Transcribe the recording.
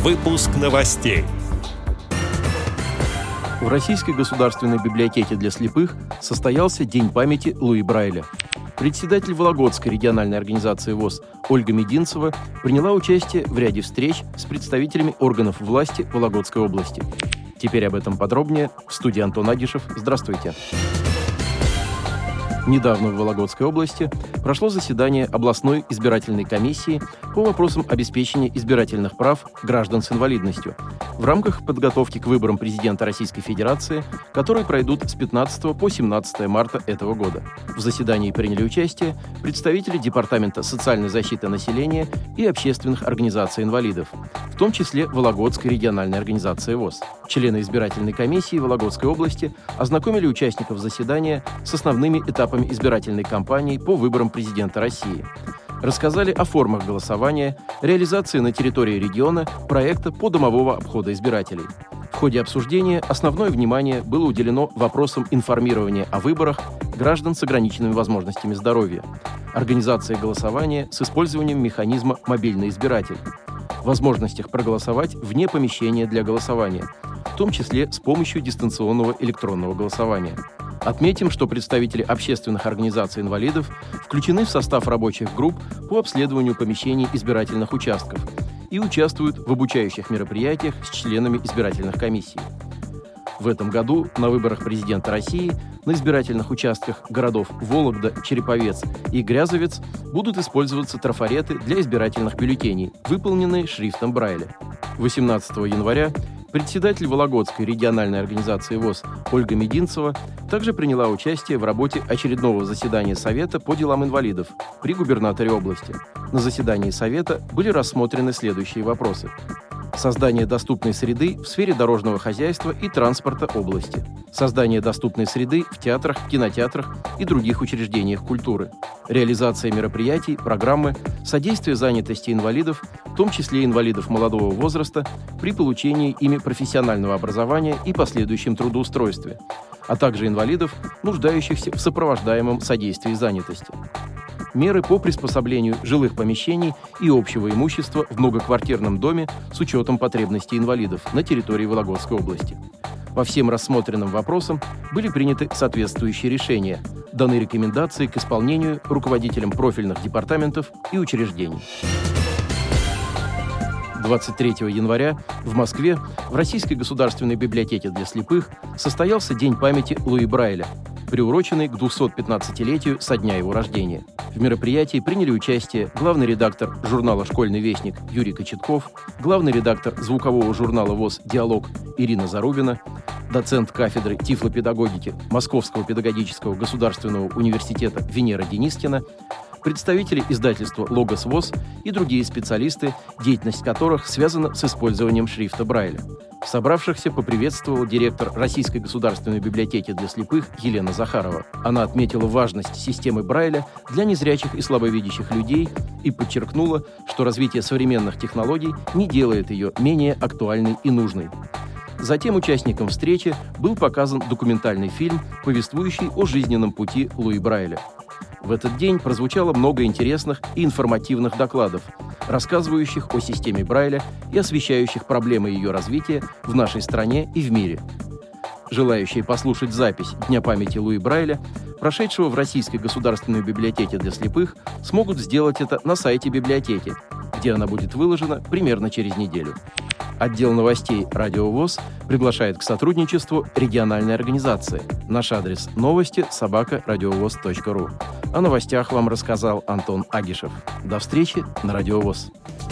Выпуск новостей. В Российской государственной библиотеке для слепых состоялся День памяти Луи Брайля. Председатель Вологодской региональной организации ВОС Ольга Мединцева приняла участие в ряде встреч с представителями органов власти Вологодской области. Теперь об этом подробнее. В студии Антон Агишев. Здравствуйте. Недавно в Вологодской области прошло заседание областной избирательной комиссии по вопросам обеспечения избирательных прав граждан с инвалидностью в рамках подготовки к выборам президента Российской Федерации, которые пройдут с 15 по 17 марта этого года. В заседании приняли участие представители Департамента социальной защиты населения и общественных организаций инвалидов, в том числе Вологодской региональной организации ВОС. Члены избирательной комиссии Вологодской области ознакомили участников заседания с основными этапами избирательной кампании по выборам президента России. Рассказали о формах голосования, реализации на территории региона проекта подомового обхода избирателей. В ходе обсуждения основное внимание было уделено вопросам информирования о выборах граждан с ограниченными возможностями здоровья, организации голосования с использованием механизма «Мобильный избиратель», возможностях проголосовать вне помещения для голосования, в том числе с помощью дистанционного электронного голосования. Отметим, что представители общественных организаций инвалидов включены в состав рабочих групп по обследованию помещений избирательных участков и участвуют в обучающих мероприятиях с членами избирательных комиссий. В этом году на выборах президента России на избирательных участках городов Вологда, Череповец и Грязовец будут использоваться трафареты для избирательных бюллетеней, выполненные шрифтом Брайля. 18 января председатель Вологодской региональной организации ВОС Ольга Мединцева также приняла участие в работе очередного заседания Совета по делам инвалидов при губернаторе области. На заседании Совета были рассмотрены следующие вопросы: создание доступной среды в сфере дорожного хозяйства и транспорта области, создание доступной среды в театрах, кинотеатрах и других учреждениях культуры, реализация мероприятий, программы, содействие занятости инвалидов, в том числе инвалидов молодого возраста, при получении ими профессионального образования и последующем трудоустройстве, а также инвалидов, нуждающихся в сопровождаемом содействии занятости. Меры по приспособлению жилых помещений и общего имущества в многоквартирном доме с учетом потребностей инвалидов на территории Вологодской области. По всем рассмотренным вопросам были приняты соответствующие решения, даны рекомендации к исполнению руководителям профильных департаментов и учреждений. 23 января в Москве в Российской государственной библиотеке для слепых состоялся День памяти Луи Брайля, приуроченный к 215-летию со дня его рождения. В мероприятии приняли участие главный редактор журнала «Школьный вестник» Юрий Кочетков, главный редактор звукового журнала ВОС «Диалог» Ирина Зарубина, доцент кафедры тифлопедагогики Московского педагогического государственного университета Венера Денискина, представители издательства «Логос ВОС» и другие специалисты, деятельность которых связана с использованием шрифта Брайля. Собравшихся поприветствовал директор Российской государственной библиотеки для слепых Елена Захарова. Она отметила важность системы Брайля для незрячих и слабовидящих людей и подчеркнула, что развитие современных технологий не делает ее менее актуальной и нужной. Затем участникам встречи был показан документальный фильм, повествующий о жизненном пути Луи Брайля. В этот день прозвучало много интересных и информативных докладов, рассказывающих о системе Брайля и освещающих проблемы ее развития в нашей стране и в мире. Желающие послушать запись Дня памяти Луи Брайля, прошедшего в Российской государственной библиотеке для слепых, смогут сделать это на сайте библиотеки, где она будет выложена примерно через неделю. Отдел новостей «Радио ВОС» приглашает к сотрудничеству региональной организации. Наш адрес новости@радиовоз.ру. О новостях вам рассказал Антон Агишев. До встречи на Радио ВОС.